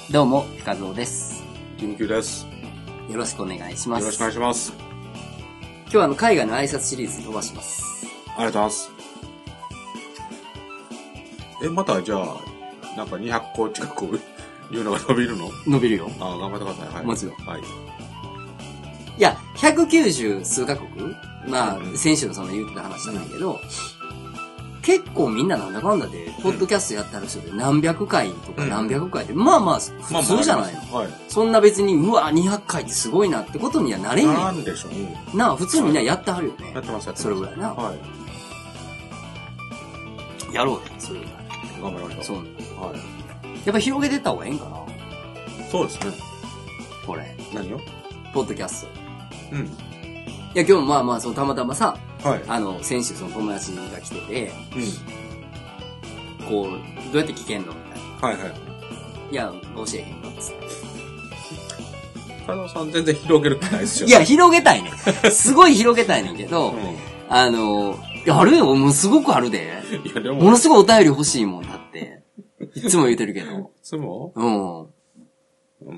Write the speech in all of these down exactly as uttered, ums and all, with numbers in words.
どうも、深蔵です。 緊急です。 よろしくお願いします。 よろしくお願いします。 今日はあの、海外の挨拶シリーズ飛ばします。 ありがとうございます。え、またじゃあ、なんかにひゃっこ近く言うのが伸びるの？ 伸びるよ。 ああ、頑張ってください。はい。 もちろん。 はい。 いや、ひゃくきゅうじゅう数カ国まあ、うん、先週のその言ってた話じゃないけど、うん、結構みんななんだかんだで、ポッドキャストやってある人で何百回とか何百回で、うん、まあまあ、普通じゃないの、まあまあはい。そんな別に、うわ、にひゃっかいってすごいなってことにはなれんねん。 なんでしょうね。 なあ、普通にみんなやってはるよね。 やってます、やってます。 それぐらいな。はい。やろうよ、それぐらい。 頑張りましょう。 そう。はい。やっぱ広げてった方がええんかな。 そうですね。 これ。 何を？ ポッドキャスト。 うん。 いや、今日まあまあ、そのたまたまさ、 はい。 あの、先週その友達が来てて、うん。こう、どうやって聞けんのみたいな。はいはい。 いや、教えへんのっつって。 加納さん全然広げる気ないですよ。 いや、広げたいね。すごい広げたいねんけど、うん、あの、いや、あるよ、もうすごくあるで。いや、でも。ものすごいお便り欲しいもんだって。いつも言うてるけど。いつも？ うん。 うん。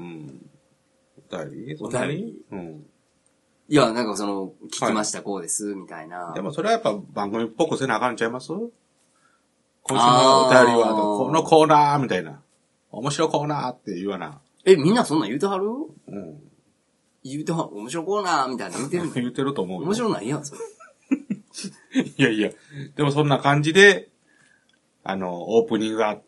お便り？ お便り？ うん。 いや、なんかその、聞きました、はい、こうです、みたいな。 でもそれはやっぱ番組っぽくせなあかんちゃいます？今週のお便りは、このコーナーみたいな。面白コーナーって言わな。 え、みんなそんなん言うてはる？ うん。 言うてはる、面白コーナーみたいな言うてる言うてると思うよ。 面白ないやん、それ。 いやいや、でもそんな感じで、あの、オープニングがあって、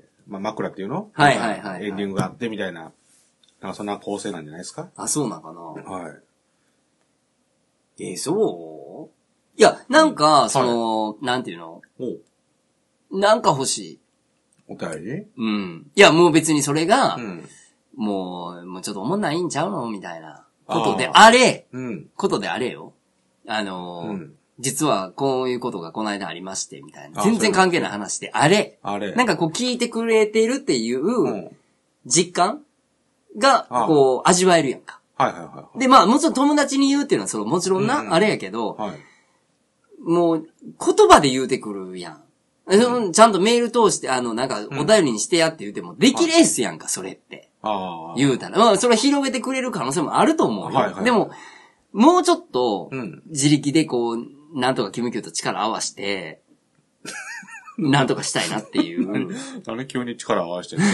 まあ枕っていうの？ はいはいはい、はい。 エンディングがあってみたいな、なんかそんな構成なんじゃないですか？ あ、そうなんかな。 はい。 えー、そういや、なんか、うん、その、はい、なんていうの？なんか欲しい。 お便り？ うん。いや、もう別にそれが、うん、もう、もうちょっとおもんないんちゃうのみたいなことであれ、 うん、 ことであれよ。あのー、うん、実はこういうことがこの間ありまして、みたいな。全然関係ない話で、あれ、 あれ。 なんかこう聞いてくれてるっていう、実感が、こう、味わえるやんか。 はいはいはい。 で、まあ、もちろん友達に言うっていうのは、その、もちろんな、うん、あれやけど、はい、もう、言葉で言うてくるやん。うん、ちゃんとメール通して、あの、なんか、お便りにしてやって言うても、できレースやんか、それって。 ああ。 言うたら。まあ、それは広げてくれる可能性もあると思うよ。はいはい、でも、もうちょっと、自力でこう、なんとかキムキューと力合わして、なんとかしたいなっていう。 何急に力合わせてる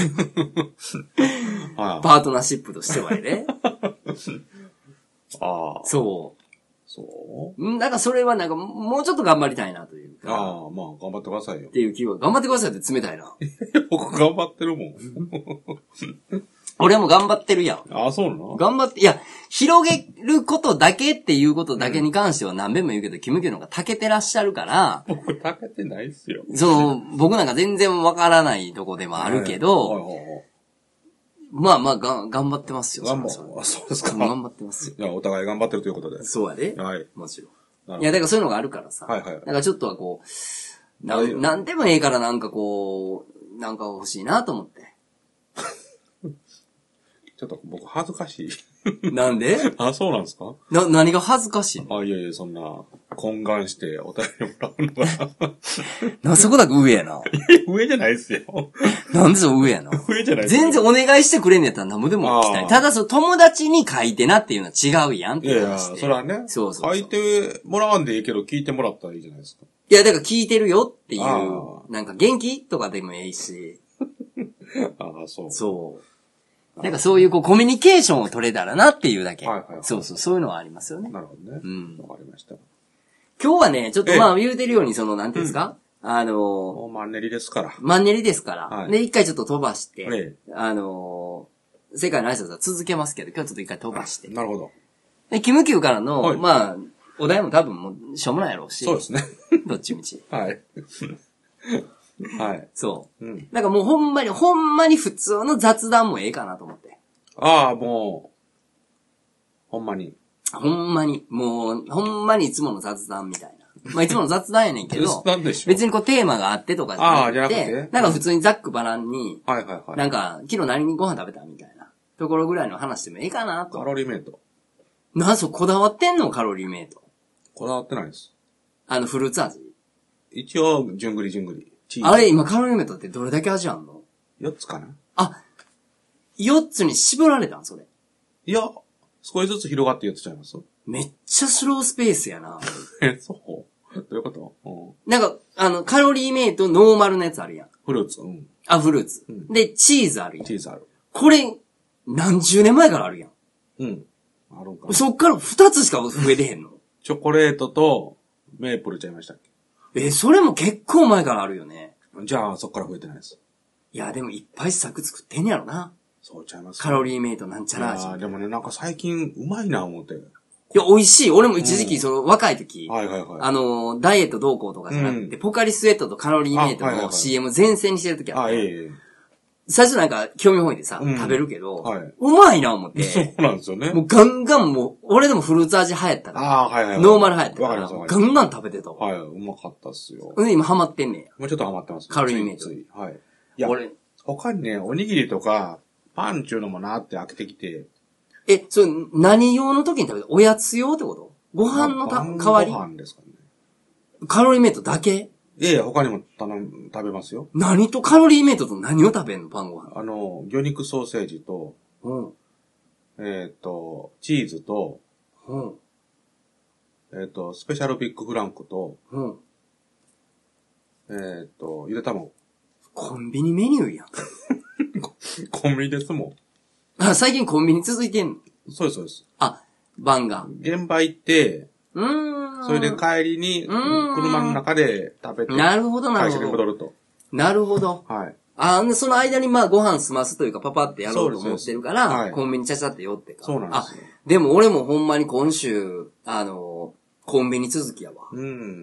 パートナーシップとしてはね。 ああ。 そう。 そうなんかそれはなんかもうちょっと頑張りたいなというか。 ああ、まあ頑張ってくださいよ。 っていう気は、頑張ってくださいって冷たいな。 僕頑張ってるもん。 俺も頑張ってるやん。 ああ、そうなの？ 頑張って、いや、広げることだけっていうことだけに関しては何遍も言うけど、うん、キムキューの方が長けてらっしゃるから。 僕長けてないっすよ。 その、僕なんか全然わからないとこでもあるけど、はいはいはいはい、まあまあが、頑張ってますよ。 頑張ってそうですか。 頑張ってますよ。 いや、お互い頑張ってるということで。 そうやで。 はい。 もちろん。いや、だからそういうのがあるからさ。 はいはい。 だからちょっとはこう、な、なんでもええからなんかこう、なんか欲しいなと思って。 ちょっと僕恥ずかしい。なんで？ あ、そうなんですか？ な、何が恥ずかしいの？ あ、いやいや、そんな、懇願してお便りもらうのが。 な、そこだけ上やな。 上じゃないですよ。 なんでそ上やな。 上じゃないです全然お願いしてくれんねやったら何もでも来たい。ただその友達に書いてなっていうのは違うやんっていう話で。いやいや、それはね。そうそうそう。書いてもらわんでいいけど聞いてもらったらいいじゃないですか。 いや、だから聞いてるよっていう、なんか元気とかでもいいし。 ああ、そう。 そう。なんかそういうこうコミュニケーションを取れたらなっていうだけ。 はいはいはい。 そうそう、そういうのはありますよね。 なるほどね。 うん。 わかりました。 今日はね、ちょっとまあ言うてるように、その、なんていうんですか、うん、あのー、 もうマンネリですから。 マンネリですから。はい、で、一回ちょっと飛ばして、 ええ、 あのー、世界の挨拶は続けますけど、今日ちょっと一回飛ばして。 なるほど。 で、キムキューからの、はい、まあ、お題も多分もう、しょうもないやろうし。 そうですね。 どっちみち。 はい。はい。 そう。うん。なんかもうほんまに、ほんまに普通の雑談もええかなと思って。 ああ、もう、ほんまに。 ほんまに、もう、ほんまにいつもの雑談みたいな。まあ、いつもの雑談やねんけど、別にこうテーマがあってとかじゃなくて、なんか普通にざっくばらんに、 はいはいはい。 なんか、昨日何にご飯食べたみたいなところぐらいの話でもええかなと。 カロリーメイト。 なんそ、こだわってんのカロリーメイト。 こだわってないです。 あの、フルーツ味。 一応、じゅんぐりじゅんぐり。 あれ、今カロリーメイトってどれだけ味あんの？ よっつかな？ あ、 よっつに絞られたんそれ。 いや、少しずつ広がってやってちゃいます？ めっちゃスロースペースやな。 え、そうどういうこと？うん、 なんか、あの、カロリーメイトノーマルのやつあるやん。 フルーツ。うん、 あ、フルーツ、うん。で、チーズあるやん。 チーズある。 これ、何十年前からあるやん。 うん。あるんかな。 そっから二つしか増えてへんの。 チョコレートとメープルちゃいましたっけ？ え、それも結構前からあるよね。 じゃあ、そっから増えてないです。 いや、でもいっぱい試作作ってんやろな。 そうちゃいます、ね。 カロリーメイトなんちゃら味。 いやでもね、なんか最近うまいな思って。いや、美味しい。俺も一時期、その、若い時、 はいはいはい。 あの、ダイエットどうこうとかじゃなくて、うん、ポカリスエットとカロリーメイトの シーエム 全線にしてる時あって、あ、ええ。最初なんか興味本位でさ、うん、食べるけど、はい、うまいな思って。 そうなんですよね。 もうガンガンもう、俺でもフルーツ味流行ったから、 ああ、はいはいはい。 ノーマル流行ったから、ガンガン食べてたはい、うまかったっすよ。 で、今ハマってんねんや。 もうちょっとハマってます、ね。 カロリーメイト。 はい。いや、俺、他にね、おにぎりとか、パンちゅうのもなって開けてきて。 え、それ、何用の時に食べる？おやつ用ってこと？ご飯のた代わり？ ご飯ですかね。 カロリーメイトだけ？ いやいや、他にも頼む、食べますよ。 何とカロリーメイトと何を食べんの？パンご飯。 あの、魚肉ソーセージと、うん。えっ、ー、と、チーズと、うん。えっ、ー、と、スペシャルビッグフランクと、うん。えっ、ー、と、ゆで卵。 コンビニメニューやん。 コンビニですもん。あ、最近コンビニ続いてんの？ そうです、そうです。 あ、番が。 現場行って、 うーん。 それで帰りに、車の中で食べて、 なるほど、なるほど。 会社に戻ると。 なるほど。 はい。 あ、その間にまあご飯済ますというかパパってやろうと思ってるから、はい、コンビニちゃちゃって寄ってか。 そうなんですよ。 あ、でも俺もほんまに今週、あの、コンビニ続きやわ。 うん。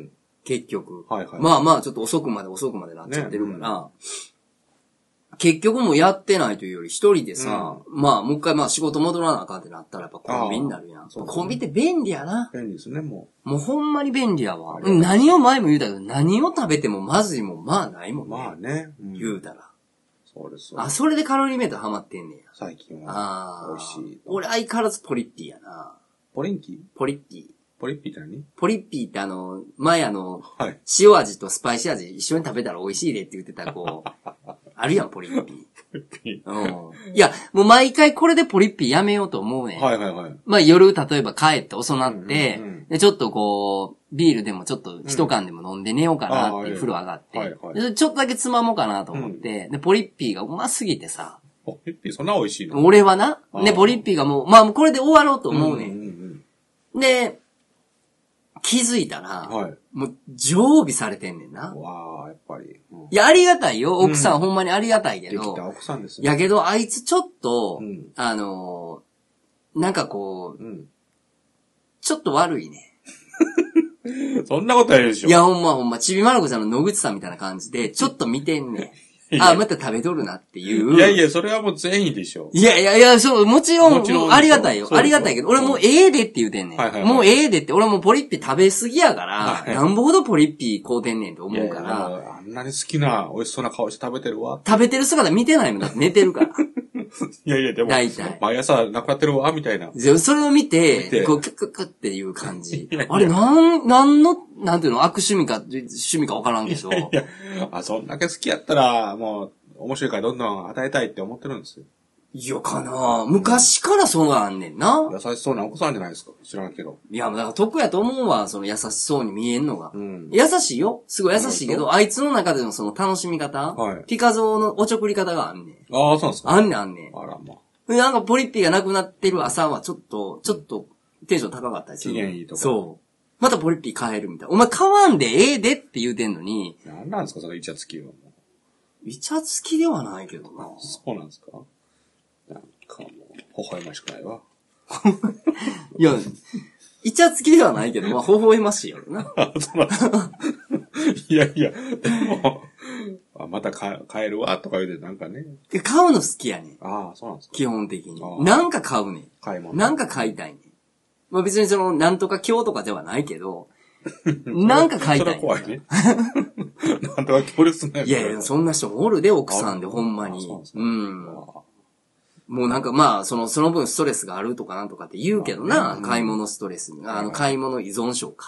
結局。 はいはい。 まあまあちょっと遅くまで遅くまでなっちゃってるから、ねうん、結局もうやってないというより一人でさ、うん、まあもう一回まあ仕事戻らなあかんってなったらやっぱコンビニになるやん。そうね、コンビニって便利やな。 便利ですね、もう。もうほんまに便利やわ。何を前も言うたけど、何を食べてもまずいもんまあないもんね。 まあね。 うん、言うたら。 そうです。 あ、それでカロリーメイトハマってんねや。 最近は。 ああ。 美味しい。 俺相変わらずポリッピーやな。 ポリンキー？ ポリッピー。 ポリッピーって何？ ポリッピーってあの、前あの、 はい、 塩味とスパイシー味一緒に食べたら美味しいでって言ってたこう、あるやん、ポリッピー。ポリッピー。うん。いや、もう毎回これでポリッピーやめようと思うねん。 はいはいはい。 まあ夜、例えば帰って遅なって、うんうんうん、で、ちょっとこう、ビールでもちょっと一缶でも飲んで寝ようかなっていう風呂上がって、はいはい、ちょっとだけつまもうかなと思って、うん、で、ポリッピーがうますぎてさ、 ポリッピーそんな美味しいの？ 俺はな、ね、ポリッピーがもう、まあこれで終わろうと思うねん。うんうんうん、で、気づいたら、はい、もう常備されてんねんな。 わあ、やっぱり、 うん。いや、ありがたいよ。奥さん、うん、ほんまにありがたいけど。 できた奥さんですね。 やけど、あいつちょっと、うん、あのー、なんかこう、うん、ちょっと悪いね。 そんなことないでしょ。 いや、ほんまほんま、ちびまる子ちゃんの野口さんみたいな感じで、ちょっと見てんねん。あ、また食べとるなっていう。 いやいや、それはもう全員でしょ。 いやいやいや、そう、もちろん、もちろんありがたいよ。ありがたいけど、俺もうええでって言うてんねん。はいはいはい、もうええでって、俺もうポリッピー食べ過ぎやから、はいはい、なんぼほどポリッピー買うてんねんと思うから。いやいやあんなに好きな、美味しそうな顔して食べてるわ。 食べてる姿見てないもんだって寝てるから。 いやいや、でも、大体毎朝亡くなってるわ、みたいな。 それを見て、見てこう、クックックっていう感じ。いやいやあれ、なん、なんの、なんていうの、悪趣味か、趣味かわからんけど。いやいや、 あ、そんだけ好きやったら、もう、面白いからどんどん与えたいって思ってるんですよ。 いや、かな昔からそうなんねんな。 優しそうな奥さんじゃないですか。知らんけど。 いや、だから得やと思うわ、その優しそうに見えんのが。うん、優しいよ。すごい優しいけど、あいつの中でのその楽しみ方、はい、ピカゾーのおちょくり方があんねん。 ああ、そうなんですか。 あんねんあんねん。 あらま。 なんかポリッピーがなくなってる朝はちょっと、ちょっとテンション高かったりする。 機嫌いいとか。 そう。またポリッピー買えるみたいな。お前買わんでええでって言うてんのに。 なんなんですか、そのイチャつきは。 イチャつきではないけどな。 そうなんですか？なんかもう、微笑ましくないわ。 いや、イチャつきではないけど、まあ、微笑ましいやろな。 あ、そうなんですか。いやいや、でも、あまた買えるわとか言うてなんかね。 買うの好きやねん。 ああ、そうなんですか。 基本的に。なんか買うねん。 買い物。 なんか買いたいねん。まあ別にその、なんとか今日とかではないけど、なんか買いたい。 それは怖いね。なんとか強烈なやつ。 いやいや、そんな人もおるで、奥さんで、ほんまに。うん。もうなんかまあ、その、その分ストレスがあるとかなんとかって言うけどな、買い物ストレス。あの、買い物依存症か。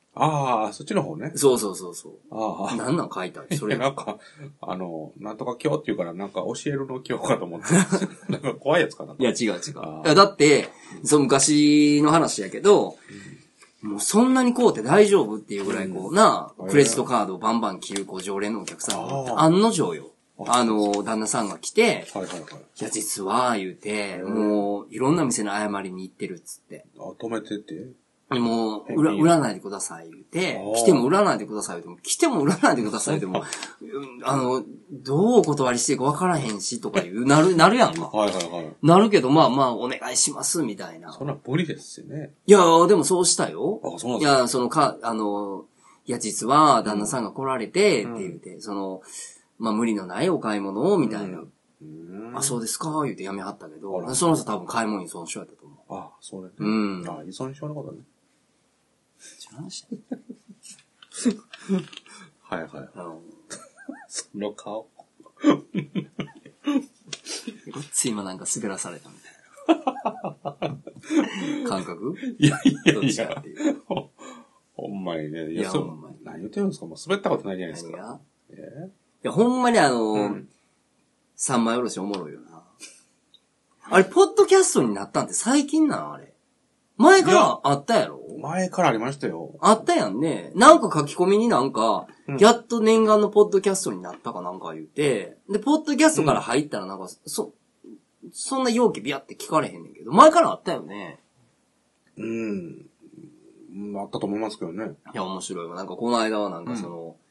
ああ、そっちの方ね。 そうそうそうそう。 ああ。 なんなん書いたそれ。 なんか、あの、なんとか教って言うから、なんか教えるの教かと思って。なんか怖いやつかな。 いや、違う違う。いや、だって、その昔の話やけど、うん、もうそんなにこうって大丈夫っていうぐらいこうな、うん、クレジットカードをバンバン切るこう常連のお客さんが案の定よ。あの、旦那さんが来て、はいはいはい。いや、実は、言うて、もう、いろんな店の謝りに行ってるっつって。 あ、止めてってもう、売ら、売らないでください言うて、来ても売らないでください言うても、来ても売らないでください言うても、あの、どうお断りしていいか分からへんし、とかいう、なる、なるやんか。はいはいはい。なるけど、まあまあ、お願いします、みたいな。 そんな無理ですよね。 いや、でもそうしたよ。 あ、そうなんですか。 いや、そのか、あの、いや、実は、旦那さんが来られて、って言うて、うん、その、まあ、無理のないお買い物を、みたいな。うん、あ、そうですか言うてやめはったけど、その人多分買い物依存症やったと思う。 あ、そうね。 うん。 あ、依存症のことね。 違う話はいはい。あの、その顔。 ごっつい今なんか滑らされたみたいな。感覚いやいやいや。ほんまにね。いや、ほんまに。何言ってるんですかもう滑ったことないじゃないですか。何がえー、いや、ほんまにあの、うん、三枚おろしおもろいよな。あれ、ポッドキャストになったんって最近なんあれ。前からあったやろ前からありましたよ。 あったやんね。なんか書き込みになんか、うん、やっと念願のポッドキャストになったかなんか言うて、で、ポッドキャストから入ったらなんか、うん、そ、そんな容器ビャって聞かれへんねんけど、前からあったよね。 うん。あったと思いますけどね。 いや、面白いわ。なんかこの間はなんかその、うん、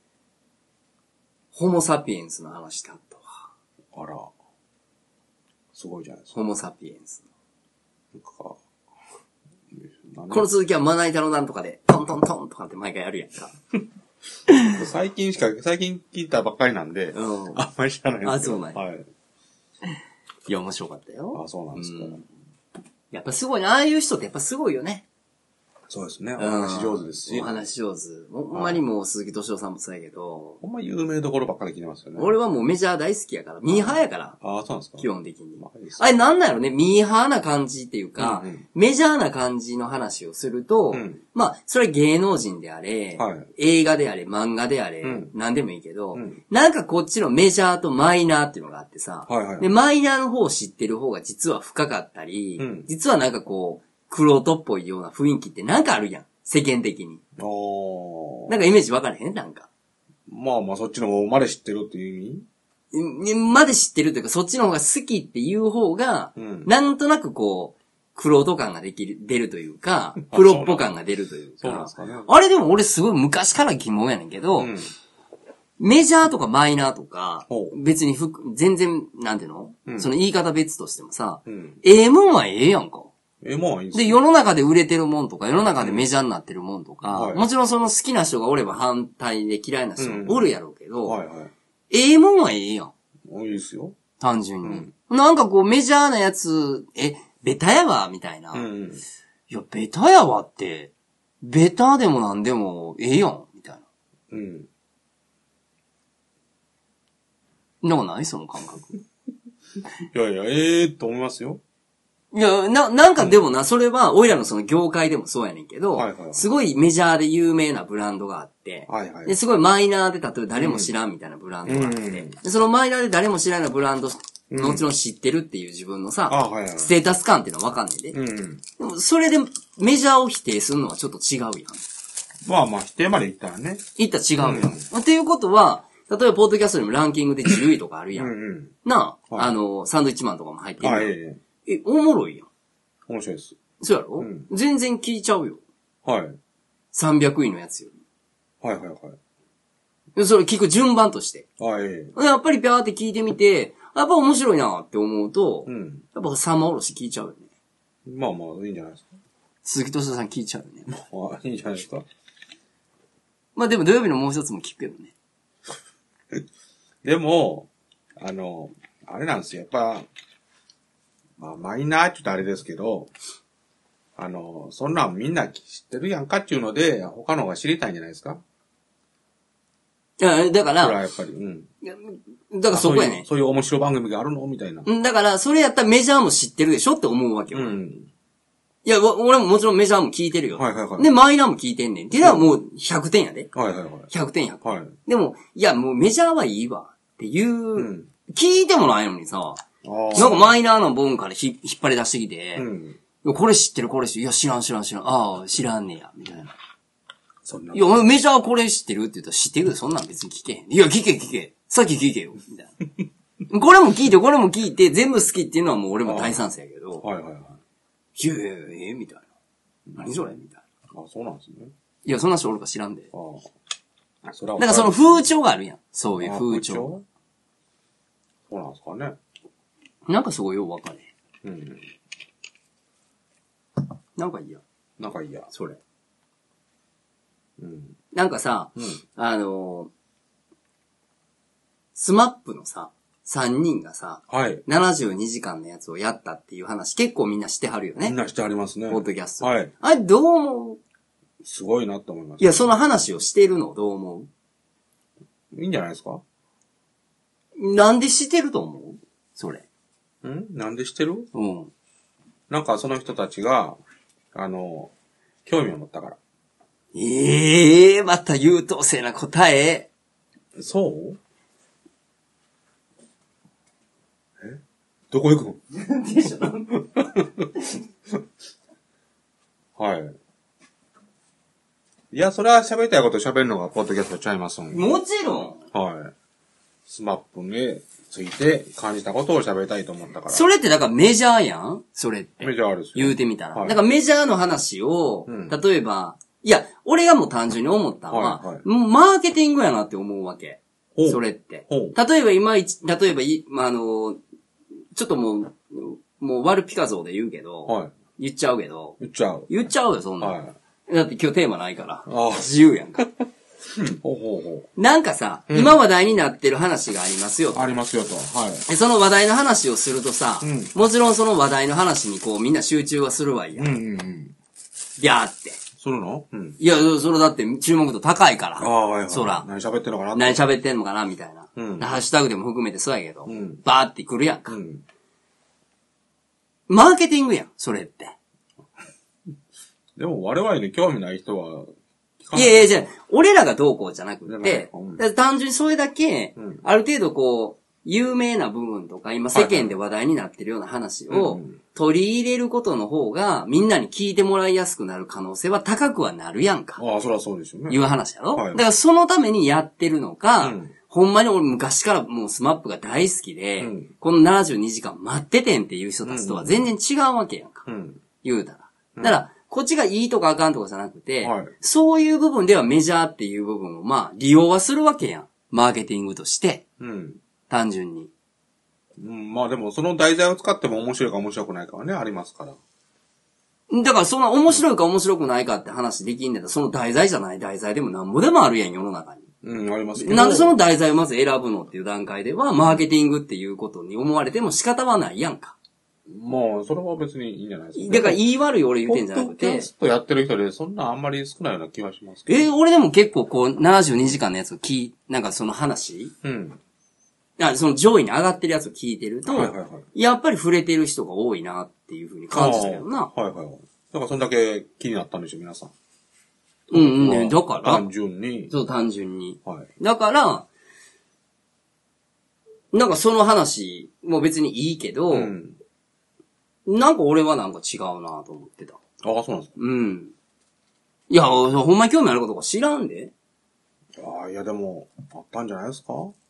ホモサピエンスの話ってあったわ。あら。すごいじゃないですか。 ホモサピエンス。 なんか、 この続きはまな板のなんとかで、トントントンとかって毎回やるやんか。 最近しか、最近聞いたばっかりなんで、うん、あんまり知らないんですけど。 あ、そうなんや。はい。いや、面白かったよ。 あ、そうなんですか。うん、 やっぱすごいね。ああいう人ってやっぱすごいよね。 そうですね。お話上手ですし。 お話上手。ほんまにもう鈴木敏夫さんもそうやけど。 ほんま有名どころばっかり聞いてますよね。 俺はもうメジャー大好きやから。ミーハーやから。 ああ、そうなんですか。 基本的に。まあ、いいあれなんなんやろね。ミーハーな感じっていうか、うんうん、メジャーな感じの話をすると、うん、まあ、それは芸能人であれ、はい、映画であれ、漫画であれ、うん、何でもいいけど、うん、なんかこっちのメジャーとマイナーっていうのがあってさ、はいはいはい、で、マイナーの方を知ってる方が実は深かったり、うん、実はなんかこう、玄人っぽいような雰囲気ってなんかあるやん。世間的に。なんかイメージ分からへんなんか。 まあまあそっちの方まで知ってるっていう意味まで知ってるというか、そっちの方が好きっていう方が、うん、なんとなくこう、玄人感ができる、出るというか、プロっぽ感が出るというか。そうなんですかね。あれでも俺すごい昔から疑問やねんけど、うん、メジャーとかマイナーとか、別にふ全然、なんていうの、うん、その言い方別としてもさ、うん、ええもんはええやんか。 え、もういいで、世の中で売れてるもんとか、世の中でメジャーになってるもんとか、はい、もちろんその好きな人がおれば反対で嫌いな人もおるやろうけど、うんはいはい、ええもんはええやん。 いいですよ。 単純に、うん。なんかこうメジャーなやつ、え、ベタやわ、みたいな。うんうん、いや、ベタやわって、ベタでもなんでもええやん、みたいな。うん。なんかないその感覚。 いやいや、ええー、と思いますよ。 いや、な、なんかでもな、うん、それは、オイラのその業界でもそうやねんけど、はいはいはい、すごいメジャーで有名なブランドがあって、はいはい、ですごいマイナーで、例えば誰も知らんみたいなブランドがあって、うん、でそのマイナーで誰も知らんようなブランド、うん、もちろん知ってるっていう自分のさ、はいはい、ステータス感っていうのはわかんないで、うん。でもそれでメジャーを否定するのはちょっと違うやん。 まあまあ否定まで言ったらね。 言ったら違うやん。うん、っていうことは、例えばポッドキャストでもランキングでじゅういとかあるやん。うんうん、なあ、はい、あの、サンドイッチマンとかも入ってるやん。はい、え、おもろいやん。 面白いです。 そうやろ、うん、全然聞いちゃうよ。はい。さんびゃくいのやつより。 はいはいはい。 それ聞く順番として。 はい。 やっぱりピャーって聞いてみて、やっぱ面白いなって思うと、うん、やっぱさんまおろし聞いちゃうよね。 まあまあ、いいんじゃないですか。 鈴木敏夫さん聞いちゃうよね。 まあ、いいんじゃないですか。 まあでも土曜日のもう一つも聞くけどね。 でも、あの、あれなんですよ。やっぱ、まあ、マイナーって言うとあれですけど、あの、そんなんみんな知ってるやんかっていうので、他の方が知りたいんじゃないですか？ いや、だから、 それはやっぱり、うん。 だからそこやね。 そういう、そういう面白番組があるのみたいな。 だから、それやったらメジャーも知ってるでしょって思うわけよ。うん。いいや、俺ももちろんメジャーも聞いてるよ。 はいはいはい。 で、マイナーも聞いてんねん。っていうのはもうひゃくてんやで。 はいはいはい。 ひゃくてんや。 はい。 でも、いや、もうメジャーはいいわ。っていう、うん、聞いてもないのにさ、なんかマイナーな部分からひ引っ張り出してきて、うん、これ知ってるこれ知ってる。いや、知らん知らん知らん。ああ、知らんねや。みたいな。そんな。いや、メジャーこれ知ってるって言ったら知ってるよ。そんなん別に聞けへん。いや、聞け聞け。さっき聞けよ。みたいな。これも聞いて、これも聞いて、全部好きっていうのはもう俺も大賛成やけど。はいはいはい。いやいやいや、ええみたいな。何それみたいな。あ、そうなんですね。 いや、そんな人おるか知らんで。ああ。それは。 だからその風潮があるやん。そういう風潮。 そうなんですかね。 なんかすごいよくわかれへん。うん。なんかいいや。 なんかいいや。 それ。うん。なんかさ、うん、あのー、スマップのさ、さんにんがさ、はい。ななじゅうにじかんのやつをやったっていう話、結構みんなしてはるよね。 みんなしてはりますね。 ポッドキャスト。 はい。 あれ、どう思う？ すごいなって思います、 ね。いや、その話をしてるのどう思う？いいんじゃないですか？ なんでしてると思う？それ。 ん？なんでしてる？うん。なんかその人たちが、あの、興味を持ったから。 ええー、また優等生な答え。 そうえどこ行くのでしょはい。いや、それは喋りたいこと喋るのがポッドキャストちゃいますもん。 もちろん。 はい。スマップについて感じたことを喋りたいと思ったから。 それってだからメジャーやんそれって。 メジャーですよ。 言うてみたら。はい、だからメジャーの話を、うん、例えば、いや、俺がもう単純に思ったのは、はいはい、もうマーケティングやなって思うわけ。それって。例えば今、例えば、まあ、あの、ちょっともう、もう悪ピカゾーで言うけど、はい、言っちゃうけど。 言っちゃう。 言っちゃうよ、そんな、はい。だって今日テーマないから。自由やんか。 ほうほうほうなんかさ、うん、今話題になってる話がありますよと。 ありますよと。はい。 その話題の話をするとさ、うん、もちろんその話題の話にこうみんな集中はするわいや。うんうんうん。いやーって。 するの？うん。 いや、それだって注目度高いから。ああ、はいはい。 そら。 何喋ってんのかな何喋ってんのかなみたいな。うん。ハッシュタグでも含めてそうやけど。うん。バーって来るやんか。うん。マーケティングやん、それって。 でも我々に興味ない人は、 いやいや、じゃあ、俺らがどうこうじゃなくて、うん、単純にそれだけ、うん、ある程度こう、有名な部分とか、今世間で話題になってるような話を取り入れることの方が、みんなに聞いてもらいやすくなる可能性は高くはなるやんか。 ああ、そりゃそうですよね。 いう話やろ、はい、だからそのためにやってるのか、うん、ほんまに俺昔からもうスマップが大好きで、うん、このななじゅうにじかん待っててんっていう人たちとは全然違うわけやんか。うん、言うたら。だから、こっちがいいとかあかんとかじゃなくて、はい、そういう部分ではメジャーっていう部分をまあ利用はするわけやん。マーケティングとして。うん、単純に。 うん、まあでもその題材を使っても面白いか面白くないかはね、ありますから。 だからそんな面白いか面白くないかって話できんねんだら、その題材じゃない題材でもなんぼでもあるやん、世の中に。 うん、ありますけど。 なんでその題材をまず選ぶのっていう段階では、マーケティングっていうことに思われても仕方はないやんか。 まあ、それは別にいいんじゃないですか。 だから言い悪い俺言うてんじゃなくて。 ポッドキャストやってる人でそんなあんまり少ないような気はしますけど。 えー、俺でも結構こう、ななじゅうにじかんのやつを聞い、なんかその話うん。あその上位に上がってるやつを聞いてると、はいはいはい、やっぱり触れてる人が多いなっていうふうに感じたよな。 はいはいはい。だからそんだけ気になったんでしょ、皆さん。 うんうん、ね、だから。 単純に。 そう、単純に。はい。だから、なんかその話も別にいいけど、うん、なんか俺はなんか違うなと思ってた。 ああ、そうなんですか。 うん。いや、ほんまに興味あることか知らんで。 ああ、いやでも、あったんじゃないですか？う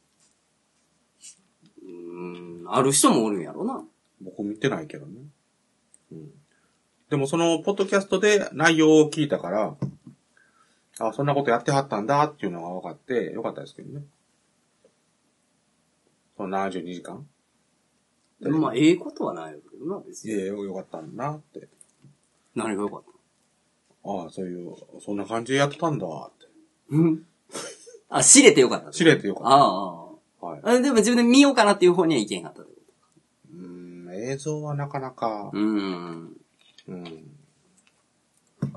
ーん、ある人もおるんやろな。 僕見てないけどね。うん。でもその、ポッドキャストで内容を聞いたから、あ、そんなことやってはったんだっていうのが分かってよかったですけどね。そのななじゅうにじかん。 まあ、ええことはないけどな、別に。 いやいや、よかったんだなって。 何がよかった？ ああ、そういう、そんな感じでやってたんだって。 うん。あ、知れてよかった。 知れてよかった。 ああ。はい。あでも自分で見ようかなっていう方にはいけんかったってこと。うーん、映像はなかなか。 うーん。うん。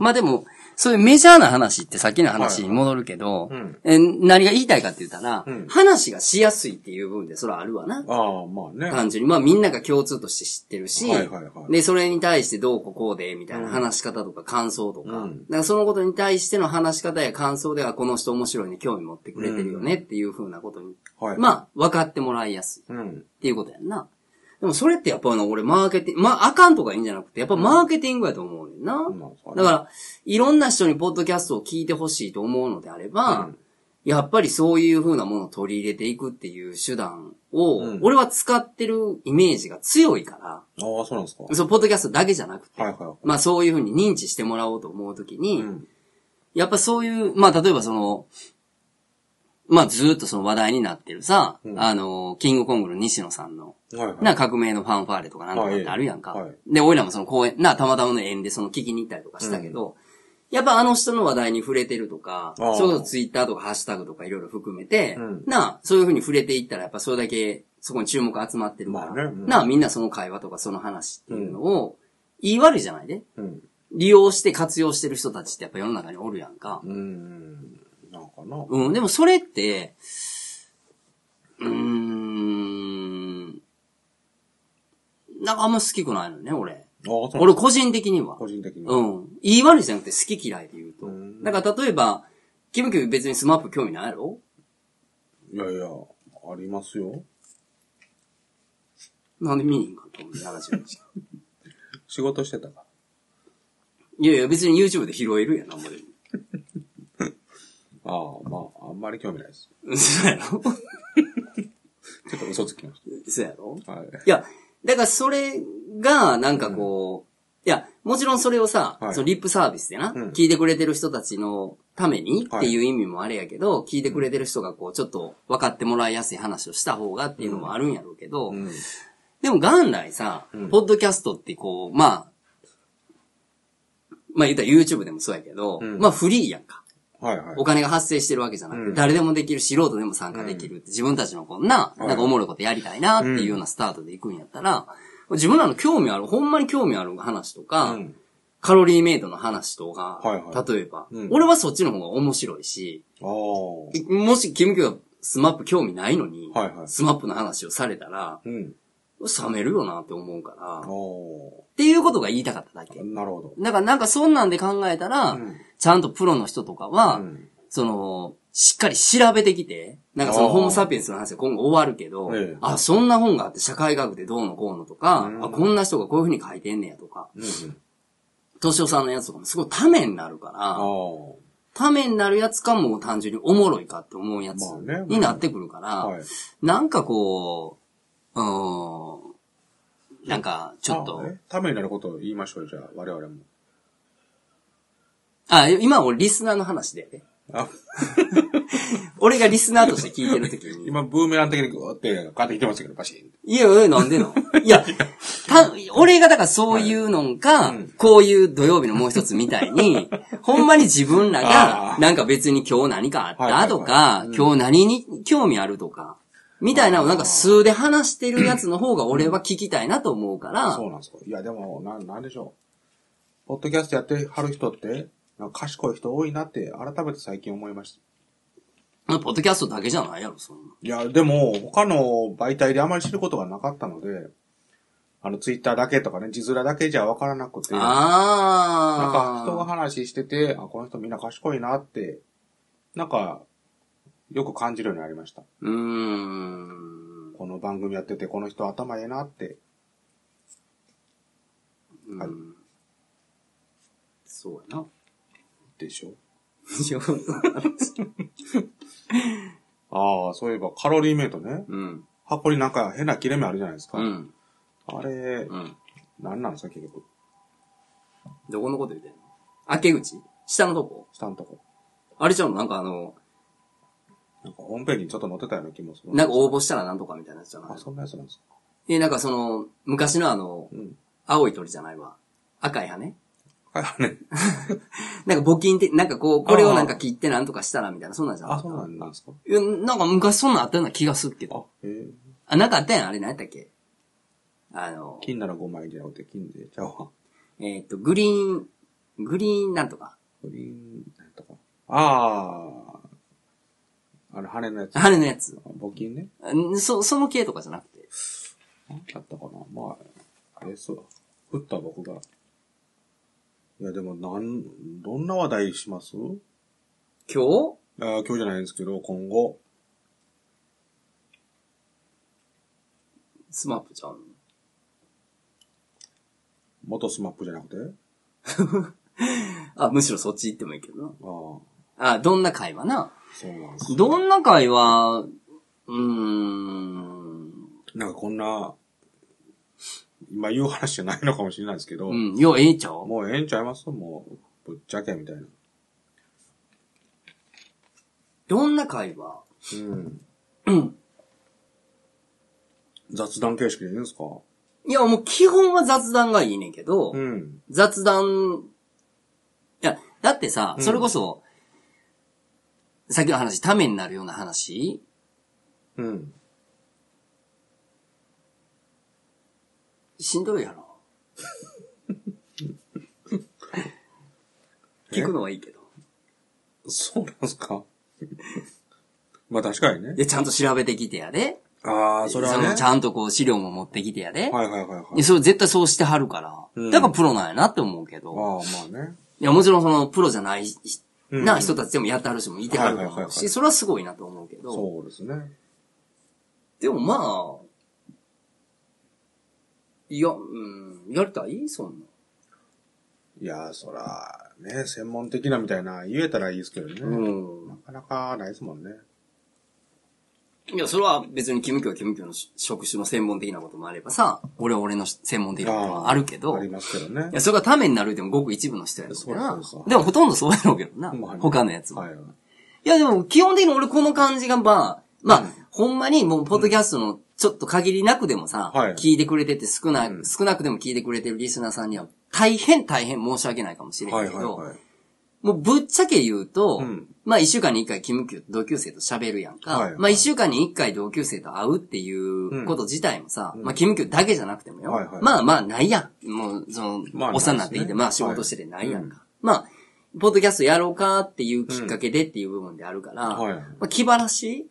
まあでも、そういうメジャーな話ってさっきの話に戻るけど、はいはい、え何が言いたいかって言ったら、うん、話がしやすいっていう部分でそれはあるわな。 ああ、まあね。 単純に。まあみんなが共通として知ってるし、はいはいはい、で、それに対してどうこうこうで、みたいな話し方とか感想とか、うん、だからそのことに対しての話し方や感想ではこの人面白いね、興味持ってくれてるよねっていう風なことに、うん、まあ分かってもらいやすい、うん、っていうことやんな。でもそれってやっぱ俺マーケティング、まああかんとかいいんじゃなくて、やっぱマーケティングやと思うねんな。うん、だから、いろんな人にポッドキャストを聞いてほしいと思うのであれば、うん、やっぱりそういう風なものを取り入れていくっていう手段を、うん、俺は使ってるイメージが強いから。ああ、そうなんですか。 そう、ポッドキャストだけじゃなくて、 はいはいはい、 まあそういう風に認知してもらおうと思うときに、うん、やっぱそういう、まあ例えばその、まあずーっとその話題になってるさ、うん、あの、キングコングの西野さんの、はいはい、な、革命のファンファーレとかなんとかってあるやんか。はいはい、で、俺らもその公演、な、たまたまの縁でその聞きに行ったりとかしたけど、うん、やっぱあの人の話題に触れてるとか、そういうツイッターとかハッシュタグとかいろいろ含めて、うん、な、そういう風に触れていったらやっぱそれだけそこに注目集まってるから、まあね、うん、な、みんなその会話とかその話っていうのを、言い悪いじゃないで、うん、利用して活用してる人たちってやっぱ世の中におるやんか。 うん、なんかな。 うん、でもそれって、うーん、なんかあんま好きくないのね、俺。俺個人的には。 個人的には。うん。言い悪いじゃなくて好き嫌いで言うと。うん、だから例えば、キムキム別にスマップ興味ないやろ？ いやいや、ありますよ。 なんで見に行かんと思う話を仕事してたか。 いやいや、別に YouTube で拾えるやん、なんもでも。 ああ、まあ、あんまり興味ないです。 そうやろちょっと嘘つきました。 そうやろはい。 いや、だからそれが、なんかこう、うん、いや、もちろんそれをさ、はい、そのリップサービスでな、うん、聞いてくれてる人たちのためにっていう意味もあれやけど、はい、聞いてくれてる人がこう、ちょっと分かってもらいやすい話をした方がっていうのもあるんやろうけど、うん、でも元来さ、うん、ポッドキャストってこう、まあ、まあ言ったら YouTube でもそうやけど、うん、まあフリーやんか。 はいはい、 お金が発生してるわけじゃなくて、うん、誰でもできる、素人でも参加できるって、自分たちのこんな、なんかおもろいことやりたいなっていうようなスタートで行くんやったら、自分らの興味ある、ほんまに興味ある話とか、うん、カロリーメイトの話とか、はいはい、例えば、うん、俺はそっちの方が面白いし、もし、キムキがスマップ興味ないのに、はいはい、スマップの話をされたら、うん、冷めるよなって思うから、っていうことが言いたかっただけ。 なるほど。 だからなんかそんなんで考えたら、うん、ちゃんとプロの人とかは、うん、その、しっかり調べてきて、なんかそのホームサピエンスの話は今後終わるけど、ええ、あ、そんな本があって社会学でどうのこうのとか、うん、あ、こんな人がこういう風に書いてんねやとか、としおさんのやつとかもすごいためになるから、ためになるやつかも単純におもろいかって思うやつになってくるから、まあね、はい、なんかこう、うーん、なんかちょっと。 ためになることを言いましょうよ、じゃあ我々も。 あ、今は俺リスナーの話で、ね。あ俺がリスナーとして聞いてるときに。 今、ブーメラン的にグーって変わってきてましたけど、パシン。 いやいや、なんでのいや、た、俺がだからそういうのか、はいうん、こういう土曜日のもう一つみたいに、ほんまに自分らが、なんか別に今日何かあったとか、はいはいはいうん、今日何に興味あるとか、みたいなのをなんか数で話してるやつの方が俺は聞きたいなと思うから。 そうなんですか。いや、でも、な、なんでしょう。ポッドキャストやってはる人って、賢い人多いなって改めて最近思いました。 ポッドキャストだけじゃないやろ、そんな。 いや、でも、他の媒体であまり知ることがなかったので、あの、ツイッターだけとかね、字面だけじゃわからなくて、あなんか人が話してて、あ、この人みんな賢いなって、なんか、よく感じるようになりました。 うーん。 この番組やってて、この人頭ええなって。 はい。そうやな。 でしょああ、そういえばカロリーメイトね。うん。箱になんか変な切れ目あるじゃないですか。うん。あれ、うん。何なんですか、結局。 どこのこと言ってんの？開け口？下のとこ？ 下のとこ。 あれちゃうの？なんかあの、 なんかホームページにちょっと載ってたような気もする。 なんか応募したらなんとかみたいなやつじゃない？ あ、そんなやつなんですか。 え、なんかその、昔のあの、うん、青い鳥じゃないわ。赤い羽？ 赤い羽。 なんか募金って、なんかこう、これをなんか切ってなんとかしたらみたいな、そんなんじゃない？ あ、そうなんですか。 いや、なんか昔そんなんあったような気がするけど。あ、へえ。あ、なんかあったやん、あれ何やったっけ？あの、 金ならごまいじゃなくて金でちゃうわ。 えっと、グリーングリーンなんとか。 グリーンなんとか。ああ。あれ、羽のやつ。 羽のやつ。 募金ね。 そ、その系とかじゃなくて。 何だったかなまあ、あれそう。振った僕が。いや、でも、なん、どんな話題します？ 今日？ あ今日じゃないんですけど、今後。 スマップちゃうの？ 元スマップじゃなくてあ、むしろそっち行ってもいいけどな。 ああ。あ、どんな会話な。 そうなんです。 どんな会話、うーん。 なんかこんな、今言う話じゃないのかもしれないですけど。 うん。いや、ええちゃう？ もうええんちゃいますもう、ぶっちゃけみたいな。 どんな会話？ うん。 うん。 雑談形式でいいんですか？ いや、もう基本は雑談がいいねんけど、 うん。 雑談、いや、だってさ、それこそ、うん、さっきの話、ためになるような話、 うん。 しんどいやろ。聞くのはいいけど。 そうなんすか？まあ確かにね。 で、ちゃんと調べてきてやで。 ああ、それはね。 そのちゃんとこう資料も持ってきてやで。 はいはいはいはい。 それ絶対そうしてはるから。うん、だからプロなんやなって思うけど。 ああ、まあね。 いや、もちろんそのプロじゃないな人たちでもやってはる人もいてはると思うし、それはすごいなと思うけど。 そうですね。 でもまあ、いや、うん、やりたいそんな。 いや、そら、ね、専門的なみたいな言えたらいいですけどね。うん。なかなかないですもんね。 いや、それは別にキムキョはキムキョの職種の専門的なこともあればさ、俺は俺の専門的なこともあるけど。 あ, ありますけどね。 いや、それがためになるでもごく一部の人やろうから。 そうそうそう。 でもほとんどそうやろうけどな。まあね、他のやつも。はいはい、いや、でも基本的に俺この感じがまあ、まあ、うん、ほんまにもうポッドキャストのちょっと限りなくでもさ、うん、聞いてくれてて少な、うん、少なくでも聞いてくれてるリスナーさんには大変大変申し訳ないかもしれないけど、はいはいはい、もうぶっちゃけ言うと、うん、まあ一週間に一回キムキュ同級生と喋るやんか。はいはい、まあ一週間に一回同級生と会うっていうこと自体もさ、うん、まあキムキュだけじゃなくてもよ。はいはい、まあまあないやん。もうその、まあ、おっさんになってきて、ね、まあ仕事しててないやんか。はい、まあ、ポッドキャストやろうかっていうきっかけでっていう部分であるから、うんはい、まあ気晴らし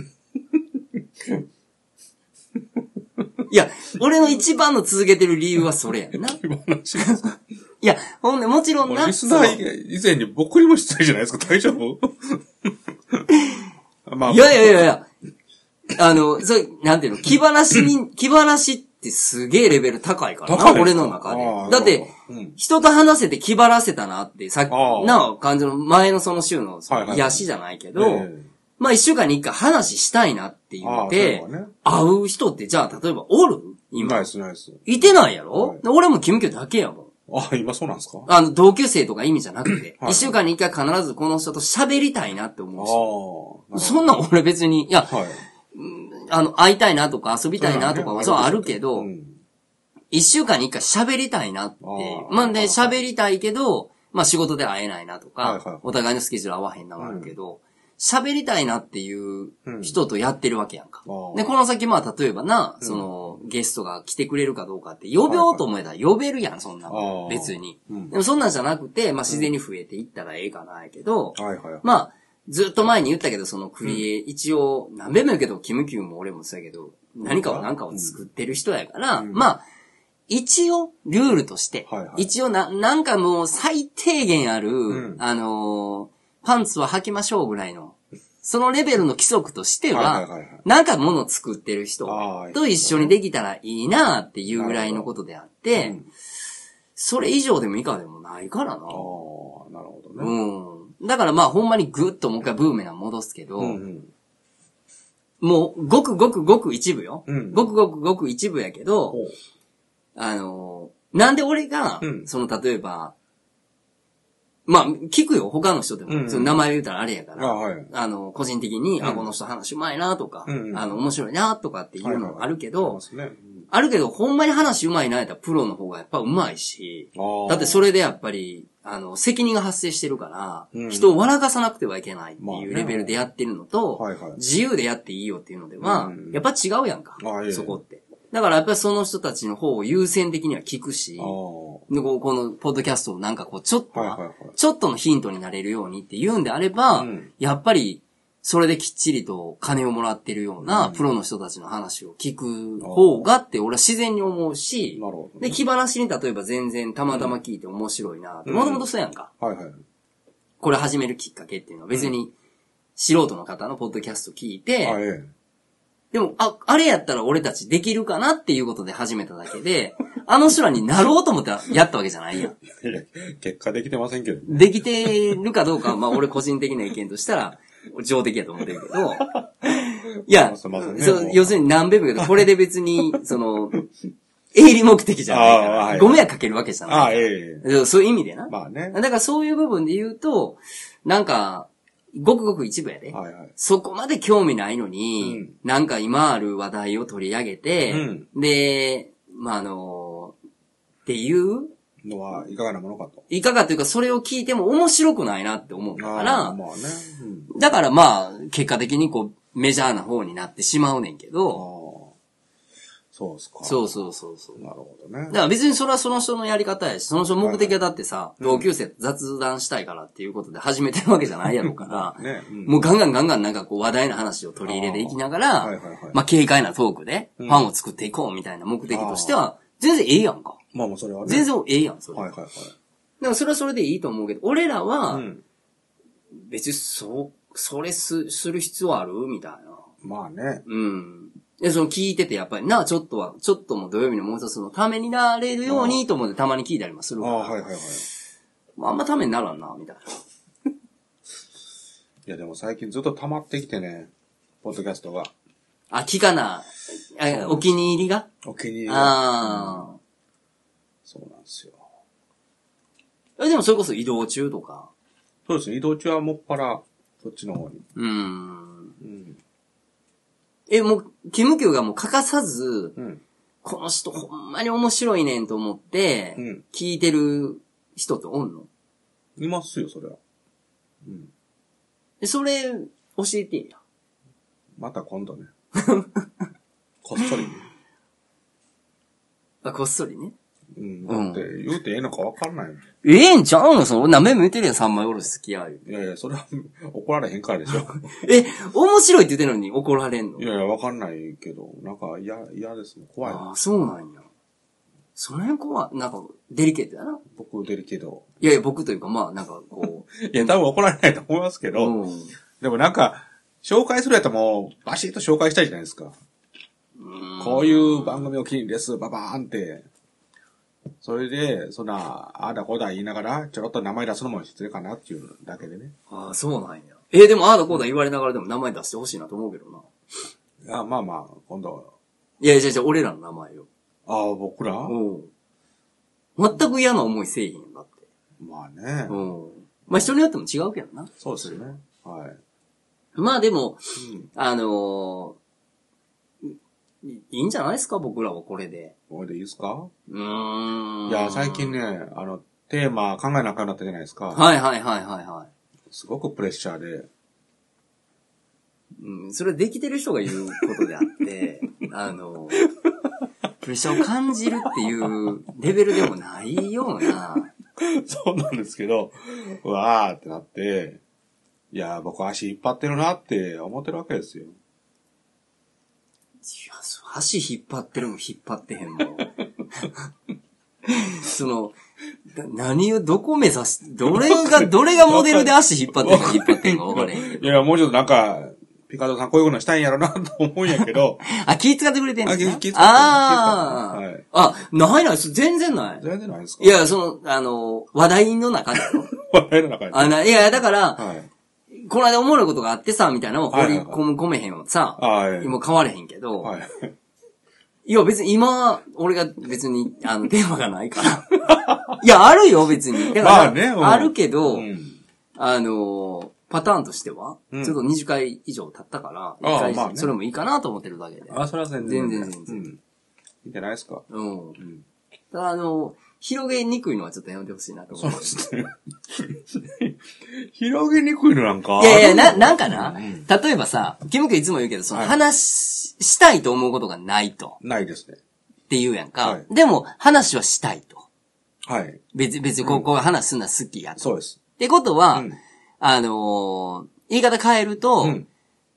いや、俺の一番の続けてる理由はそれやんな。気晴らしいや、ほんで、もちろんな。 リスナー以前に僕にも失礼じゃないですか、大丈夫まあ、いやいやいやいや。あの、それ、なんていうの、気晴らしに、気晴らしってすげえレベル高いからな、俺の中で。だって、うん、人と話せて気晴らせたなって、さっき、な感じの前のその週の癒しじゃないけど、はいはいはい、まあ一週間に一回話したいなって言って、ね、会う人ってじゃあ例えばおる？今。 ナイスナイス。 いてないやろ、はい、俺もキムキョだけやもん。 あ、今そうなんですか？ あの、同級生とか意味じゃなくて、一、はい、週間に一回必ずこの人と喋りたいなって思うし。そんな俺別に、いや、はい、あの、会いたいなとか遊びたいなとかはそうあるけど、一、うん、週間に一回喋りたいなって。まあで、喋りたいけど、まあ仕事で会えないなとか、はいはい、お互いのスケジュール合わへんなのあるけど、喋、うん、りたいなっていう人とやってるわけやんか。うん、で、この先まあ例えばな、その、ゲストが来てくれるかどうかって呼べようと思えたら呼べるやん、そんなの。別に、うん。でもそんなんじゃなくて、まあ自然に増えていったらええかなやけど、はいはい、まあ、ずっと前に言ったけど、そのクリエ、うん、一応、何べんも言うけど、キムキューも俺もそうやけど、何かを何かを作ってる人やから、うん、まあ、一応、ルールとして、はいはい、一応な、なんかもう最低限ある、うん、あのー、パンツは履きましょうぐらいの、そのレベルの規則としては、なんか物作ってる人と一緒にできたらいいなっていうぐらいのことであって、うん、それ以上でも以下でもないからな。ああ、なるほどね。 うん。だからまあほんまにぐっともう一回ブーメラン戻すけど、うんうん、もうごくごくごく一部よ。うん、ごくごくごく一部やけど、あの、なんで俺が、うん、その例えば、まあ、聞くよ、他の人でも。うんうん、その名前言うたらあれやから。あ、はい、あの、個人的に、うん、あ、この人話うまいなとか、うんうん、あの、面白いなとかっていうのがあるけど、はいはいはい、あるけど、ほんまに話うまいなやったらプロの方がやっぱうまいし、だってそれでやっぱり、あの、責任が発生してるから、うん、人を笑かさなくてはいけないっていうレベルでやってるのと、まあね、はいはい、自由でやっていいよっていうのでは、うん、やっぱ違うやんか、あ、そこって。 だからやっぱりその人たちの方を優先的には聞くし、でこうこのポッドキャストをなんかこうちょっと、はいはいはい、ちょっとのヒントになれるようにって言うんであれば、うん、やっぱりそれできっちりと金をもらってるようなプロの人たちの話を聞く方がって俺は自然に思うし、なるほどね、で、気晴らしに例えば全然たまたま聞いて面白いなって、もともとそうやんか、はいはい。これ始めるきっかけっていうのは別に素人の方のポッドキャスト聞いて、うん、でも、あ、あれやったら俺たちできるかなっていうことで始めただけで、あの人らになろうと思ってやったわけじゃないやん。いや、 結果できてませんけど、ね。 できてるかどうかは、まあ俺個人的な意見としたら、上出来やと思ってるけど、いや、ね、そう要するに何べんも言うけど、これで別に、その、営利目的じゃないから、はい、ご迷惑かけるわけじゃないから。あ、ええ、そういう意味でな。まあね。だからそういう部分で言うと、なんか、ごくごく一部やで。はいはい、そこまで興味ないのに、うん、なんか今ある話題を取り上げて、うん、で、まあ、あの、っていうのはいかがなものかと。 いかがというか、それを聞いても面白くないなって思うから、まあね、うん、だからまあ、結果的にこう、メジャーな方になってしまうねんけど、 そうですか。 そうそうそうそう。 なるほどね。 だから別にそれはその人のやり方やし、その人目的はだってさ、はいはい、同級生と雑談したいからっていうことで始めてるわけじゃないやろうから、ねうん、もうガンガンガンガンなんかこう話題の話を取り入れていきながら、はいはいはい、まあ軽快なトークでファンを作っていこうみたいな目的としては、全然ええやんか。 まあもうそれはね。 全然ええやん、それ。 はいはいはい。 だからそれはそれでいいと思うけど、俺らは、別にそう、それす、する必要あるみたいな。 まあね。 うん。で、その聞いててやっぱりな、ちょっとは、ちょっとも土曜日のもう一つのためになれるようにと思ってたまに聞いたりもするから。ああ、はいはいはい。まあ、あんまためにならんな、みたいな。いやでも最近ずっと溜まってきてね、ポッドキャストが。 あ、聞かな。あ、お気に入りがお気に入りが。 ああ、うん。 そうなんですよ。 え、でもそれこそ移動中とか。 そうですね、移動中はもっぱら、そっちの方に。 うーん。うん。え、もう、キムキューがもう欠かさず、うん、この人ほんまに面白いねんと思って、うん、聞いてる人っておんの？ いますよ、それは。うん。 で、それ、教えてや。 また今度ね。こっそりね。 あ、こっそりね。 うん。だって、言うてええのか分かんないもん。 ええんちゃうのその、何べんも言ってるやん、三枚おろし好きや。 いやいや、それは怒られへんからでしょ。 え、面白いって言ってるのに怒られんの？ いやいや、分かんないけど、なんか嫌、嫌ですもん。怖い。 ああ、そうなんや。その辺怖い。なんか、デリケートやな。 僕、デリケート。 いやいや、僕というか、まあ、なんか、こう。いや、多分怒られないと思いますけど、うん、でもなんか、紹介するやったらもう、バシッと紹介したいじゃないですか。うこういう番組を記念です、ババーンって。それで、そんな、ああだこうだ言いながら、ちょろっと名前出すのも失礼かなっていうだけでね。 ああ、そうなんや。えー、でもああだこうだ言われながらでも名前出してほしいなと思うけどな。 いや、まあまあ、今度。 いやいやいや、俺らの名前よ。 ああ、僕ら？ うん。全く嫌な思いせえへんよ、だって。 まあね。 うん。まあ人によっても違うけどな。 そうですよね。はい。 まあでも、うん、あのー、いいんじゃないですか、僕らはこれで。 これでいいですか？ うーん。 いや、最近ね、あの、テーマ考えなあかんなったじゃないですか。 はいはいはいはいはい。 すごくプレッシャーで。 うん、それはできてる人が言うことであって、あの、プレッシャーを感じるっていうレベルでもないような。 そうなんですけど、うわーってなって、いや、僕足引っ張ってるなって思ってるわけですよ。いや、足引っ張ってるも引っ張ってへんもん。その、何をどこ目指す、どれが、どれがモデルで足引っ張ってるか引っ張ってんか分からへん。 いや、もうちょっとなんか、ピカドさんこういうことしたいんやろなと思うんやけど。 あ、気使ってくれてんの、ね、 あ、気使ってくれてんああ、はい。あ、ないない、全然ない。 全然ないですか？ いや、その、あの、話題の中だよ。 話題の中で。 あな、いや、だから、はい、この間おもろいことがあってさ、みたいなのを掘り込む、込めへんわさ、はい、もう変われへんけど、はい、いや、別に今、俺が別に、あの、テーマがないから。いや、あるよ、別に。だから、まあね、あるけど、うん、あの、パターンとしては、うん、ちょっとにじゅっかい以上経ったから、いっかい、まあね、それもいいかなと思ってるだけで。 あ、それは全然。 全然全然。うん。 いいんじゃないですか。 うん。うん、ただ、あの、広げにくいのはちょっとやめてほしいなと思う。そうですね。 広げにくいのなんかいやいや、な、なんかな、うん、例えばさ、キムケいつも言うけど、その、はい、話したいと思うことがないと。 ないですね。 って言うやんか。 はい、 でも、話はしたいと。 はい。 別、別にここ話すのは好きやと。 そうです。 ってことは、 うん、 あのー、言い方変えると、うん、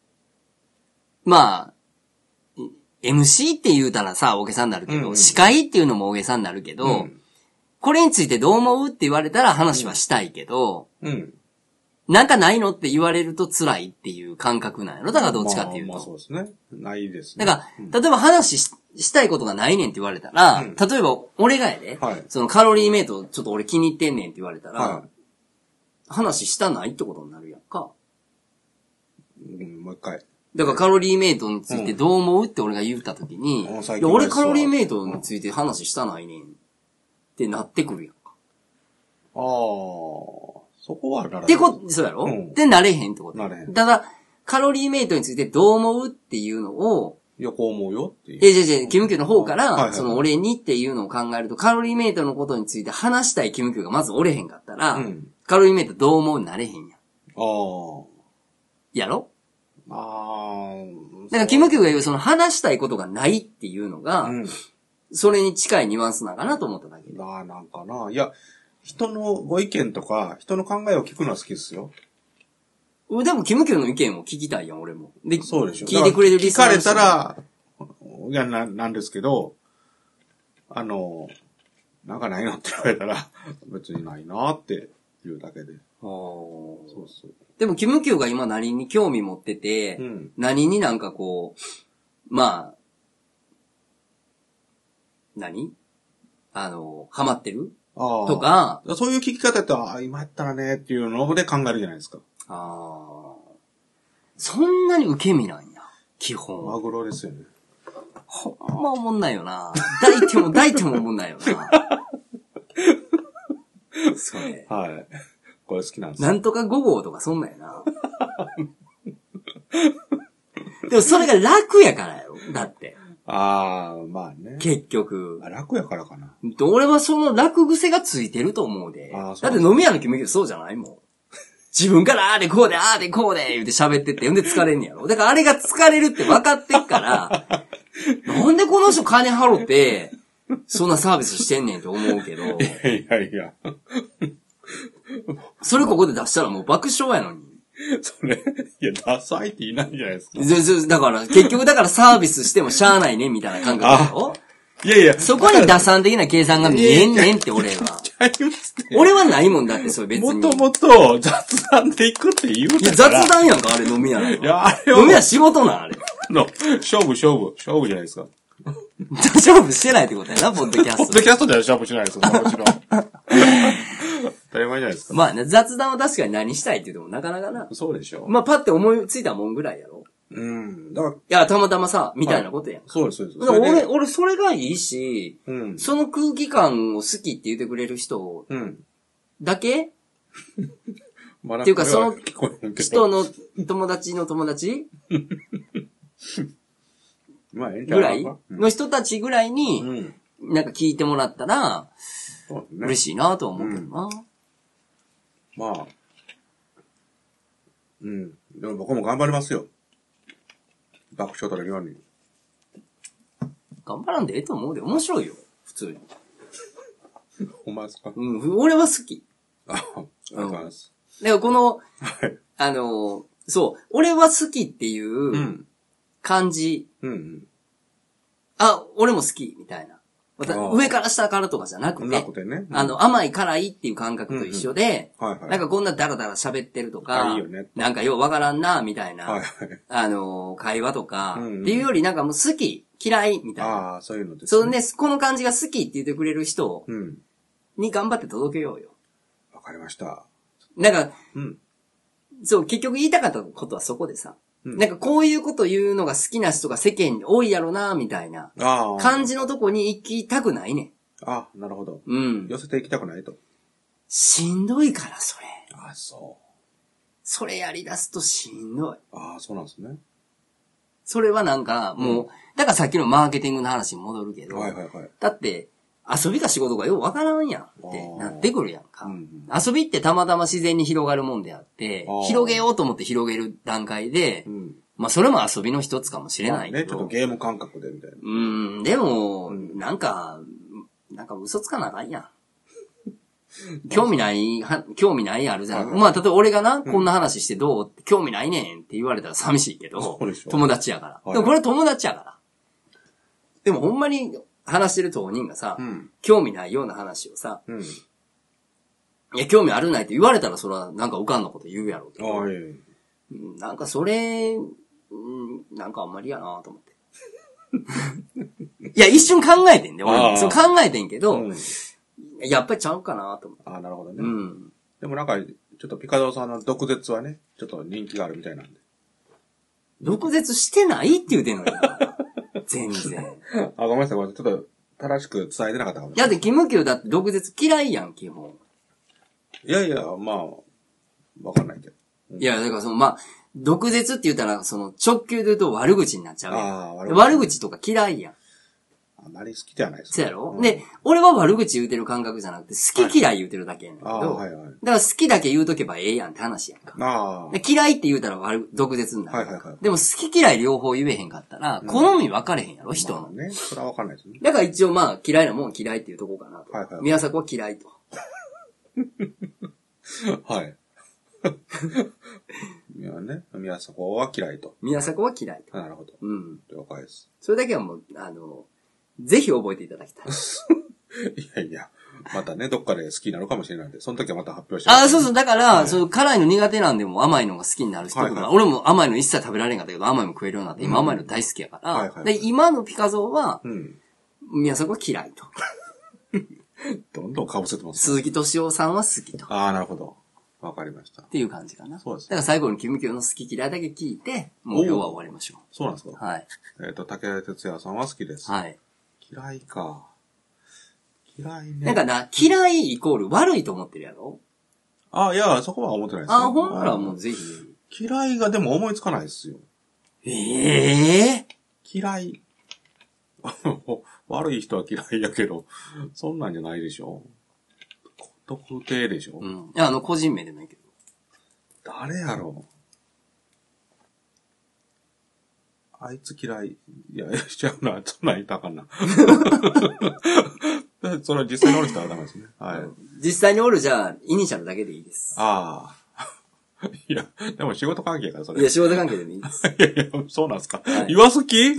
まあ、エムシー って言うたらさ、大げさになるけど、うんうん、司会っていうのも大げさになるけど、うん、これについてどう思うって言われたら話はしたいけど、うん、なんかないのって言われると辛いっていう感覚なんやろ。だからどっちかっていうと。 まあ、まあそうですね。ないですね。 だから、うん、例えば話 し, したいことがないねんって言われたら、うん、例えば俺がやで、はい、そのカロリーメイトちょっと俺気に入ってんねんって言われたら、はい、話したないってことになるやんか。 うん、もう一回。 だからカロリーメイトについてどう思うって俺が言ったときに、うん、いや俺カロリーメイトについて話したないねんってなってくるやんか。 ああ、そこはならへん。 ってこと、そうやろ、うん、で、なれへんってこと。 なれへん。 ただ、カロリーメイトについてどう思うっていうのを、 いや、こう思うよっていう。 え、じゃじゃ、キムキューの方から、はいはいはい、その俺にっていうのを考えると、カロリーメイトのことについて話したいキムキューがまずおれへんかったら、うん、カロリーメイトどう思うになれへんやん。ああ。 やろああ。 だから、キムキューが言うその話したいことがないっていうのが、うん、それに近いニュアンスなんかなと思っただけで。 ああ、なんかな。いや、人のご意見とか、人の考えを聞くのは好きですよ。 でも、キムキューの意見を聞きたいやん、俺も。で、 そうでしょ。 聞いてくれるリスナー。 聞かれたら、いや、な、なんですけど、あの、なんかないのって言われたら、別にないなって言うだけで。そうそう。 でも、キムキューが今何に興味持ってて、うん、何になんかこう、まあ、何あの、ハマってるとか。 そういう聞き方って、あ、今やったらねっていうので考えるじゃないですか。 ああ。そんなに受け身なんや。基本。 マグロですよね。 ほんま思んないよな。抱いても抱いても思んないよな。それ。 はい。これ好きなんですなんとかご号とかそんなんやな。でもそれが楽やからやろ。だって。 ああ、まあね。 結局。 楽やからかな。 俺はその楽癖がついてると思うで。あそうだって飲み屋の決めそうじゃないもん。自分からあーでこうであーでこうで言うて喋ってって、んで疲れんねやろ。だからあれが疲れるって分かってっから、なんでこの人金払って、そんなサービスしてんねんって思うけど。いやいやいや。 それここで出したらもう爆笑やのに。 それ、いや、ダサいって言いないじゃないですか。 だから、結局だからサービスしてもしゃあないね、みたいな感覚だろ。 いやいや。 そこに打算的な計算が見えんねんって、俺は。俺はないもんだって、それ別に。 もともと雑談で行くって言うから。いや、 雑談やんか、あれ飲み屋なの。 いや、あれは。 飲み屋仕事なん、あれ。 の、勝負、勝負、勝負じゃないですか。 勝負してないってことやな、ポッドキャスト。 ポッドキャストでは勝負しないですよ、もちろん。当たり前じゃないですか。 まあね、雑談は確かに何したいって言うてもなかなかな。 そうでしょ。 まあパッて思いついたもんぐらいやろ。 うん。だから。いや、たまたまさ、みたいなことやん。はい、 そうです、そうです。 俺、俺それがいいし、うん、その空気感を好きって言ってくれる人、うん、だけまだっていうか、その人の友達の友達まあ、ええんちゃうぐらいの人たちぐらいに、うん、なんか聞いてもらったら、ね、嬉しいなと思うけどな。うん、 まあ。うん。でも僕も頑張りますよ。爆笑取れるように。 頑張らんでええと思うで。面白いよ。普通に。 ほんまですか？ うん。俺は好き。 あ、ありがとうございます。 だからこの、はい、あの、そう、俺は好きっていう感じ。うんうん、あ、俺も好き、みたいな。上から下からとかじゃなくて、 なくてね、 うん、あの、甘い辛いっていう感覚と一緒で、うんうんはいはい、なんかこんなダラダラ喋ってるとか、 いいよね、 なんかようわからんな、みたいな、はいはい、あの、会話とか、うんうん、っていうよりなんかもう好き、嫌い、みたいな。 ああ、そういうのですね。 そうね、この感じが好きって言ってくれる人に頑張って届けようよ。 わかりました。 なんか、うん、そう、結局言いたかったことはそこでさ、なんかこういうこと言うのが好きな人が世間に多いやろな、みたいな感じのとこに行きたくないね。 ああ、なるほど。 うん。 寄せて行きたくないと。 しんどいから、それ。 ああ、そう。 それやり出すとしんどい。 ああ、そうなんですね。 それはなんか、もう、うん、だからさっきのマーケティングの話に戻るけど、 はいはいはい。 だって、遊びか仕事かようわからんやんってなってくるやんか、うんうん。遊びってたまたま自然に広がるもんであって、広げようと思って広げる段階で、うん、 まあそれも遊びの一つかもしれないけど。 まあね、ちょっとゲーム感覚でみたいな。 うん、でも、なんか、なんか嘘つかなあかんやん。興味ない、は興味ないあるじゃん。はいはい、まあ、例えば俺がな、うん、こんな話してどう興味ないねんって言われたら寂しいけど、友達やから。はい、でもこれ友達やから。でもほんまに話してる当人がさ、うん、興味ないような話をさ、うん、いや、興味あるないって言われたらそれはなんか浮かんのこと言うやろうけど、あ、いやいやなんかそれ、うん、なんかあんまりやなと思って。いや、一瞬考えてんで、俺も。そう考えてんけど、うんやっぱりちゃうかなと思って。 ああ、なるほどね。うん。でもなんか、ちょっとピカドーさんの毒舌はね、ちょっと人気があるみたいなんで。 毒舌してないって言うてんのよ。全然。 あ、ごめんなさい、ごめんなさい。ちょっと正しく伝えてなかったかもしれない。 いや、で、キムキューだって毒舌嫌いやん、基本。 いやいや、まあ、わかんないけど。 うん、いや、だからその、まあ、毒舌って言ったら、その、直球で言うと悪口になっちゃうやん。ああ、悪口。悪口とか嫌いやん。 あまり好きではないですね。そうやろ、うん、で、俺は悪口言うてる感覚じゃなくて、好き嫌い言うてるだけやねんけど、はいはいはい、だから好きだけ言うとけばええやんって話やんか。あで嫌いって言うたら悪、毒舌になる、はいはいはい。でも好き嫌い両方言えへんかったら、うん、好み分かれへんやろ、人の。まあね、それは分かんないですね。 だから一応まあ、嫌いなもん嫌いっていうとこかなと。はいはいはい、宮迫は嫌いと。 はい。いやね、宮迫は嫌いと。 宮迫は嫌いと。 なるほど。うん。了解です。 それだけはもう、あの、ぜひ覚えていただきたい。 いやいや、またね、どっかで好きになるかもしれないんで、その時はまた発表してください。 ああ、そうそう、だから、はい、そう、辛いの苦手なんでも甘いのが好きになる人とか、はいはい、俺も甘いの一切食べられんかったけど、甘いの食えるようになって、今甘いの大好きやから、うんはいはい、で今のピカゾーは、うん、宮迫は嫌いと。 どんどん被せてます、ね。 鈴木敏夫さんは好きと。 ああ、なるほど。わかりました。 っていう感じかな。 そうです、ね。 だから最後にキムキューの好き嫌いだけ聞いて、もう今日は終わりましょう。 そうなんですか。 はい。 えっ、ー、と、竹谷哲也さんは好きです。はい。嫌いか。嫌いね。 なんかな、嫌いイコール悪いと思ってるやろ？ あ、いや、そこは思ってないですよ。あ、ほんならもうぜひ。 嫌いがでも思いつかないですよ。 ええー、嫌い。悪い人は嫌いやけど、そんなんじゃないでしょ。特定でしょ。 うん。いや、あの、個人名でもいいけど。 誰やろう。あいつ嫌い。いや、しちゃうな。そんなん言ったらあかんな。それは実際におる人はダメですね。はい。 実際におるじゃあ、イニシャルだけでいいです。 ああ。いや、でも仕事関係やから、それ。 いや、仕事関係でもいいです。 いやいや、そうなんすか。はい、言わす気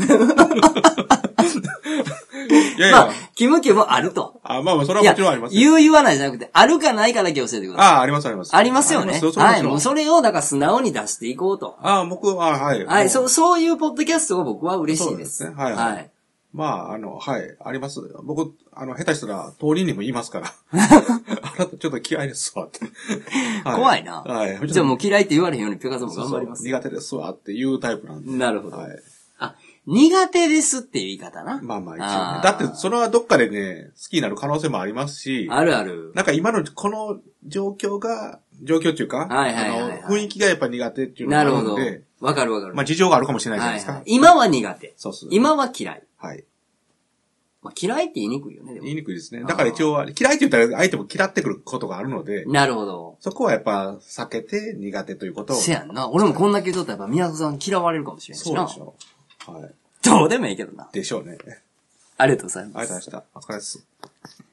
いやいや。 まあ、キムキューもあると。 あ、まあまあ、それはもちろんありますよ。 言う言わないじゃなくて、あるかないかだけ教えてください。 ああ、ありますあります。 ありますよね。はい。もうそれを、だから素直に出していこうと。 ああ、僕は、はい。 はい。そう、そういうポッドキャストを僕は嬉しいです。 そうですね。はい、はい。はい。まあ、あの、はい。あります。僕、あの、下手したら、通りにも言いますから。あなたちょっと嫌いですわって。 はい、怖いな。はい。じゃあもう嫌いって言われへんように、ピカさんも頑張ります。 そうそう苦手ですわっていうタイプなんで。 なるほど。はい。あ、苦手ですっていう言い方な。 まあまあ一応ね。だってそれはどっかでね、好きになる可能性もありますし。 あるある。 なんか今のこの状況が、状況っていうか、 はいはいはい、はい、 あの雰囲気がやっぱ苦手っていうのがあるので。なるほど。 わかるわかる。 まあ事情があるかもしれないじゃないですか。はいはい、 今は苦手。 そうそう。 今は嫌い。 はい。 まあ、嫌いって言いにくいよね、でも。 言いにくいですね。だから一応は、嫌いって言ったら相手も嫌ってくることがあるので。 なるほど。 そこはやっぱ避けて苦手ということを。 せやんな。俺もこんだけ言うとったらやっぱ宮迫さん嫌われるかもしれないしな。 そうでしょ。はい。 どうでもいいけどな。 でしょうね。 ありがとうございます。 ありがとうございました。お疲れです。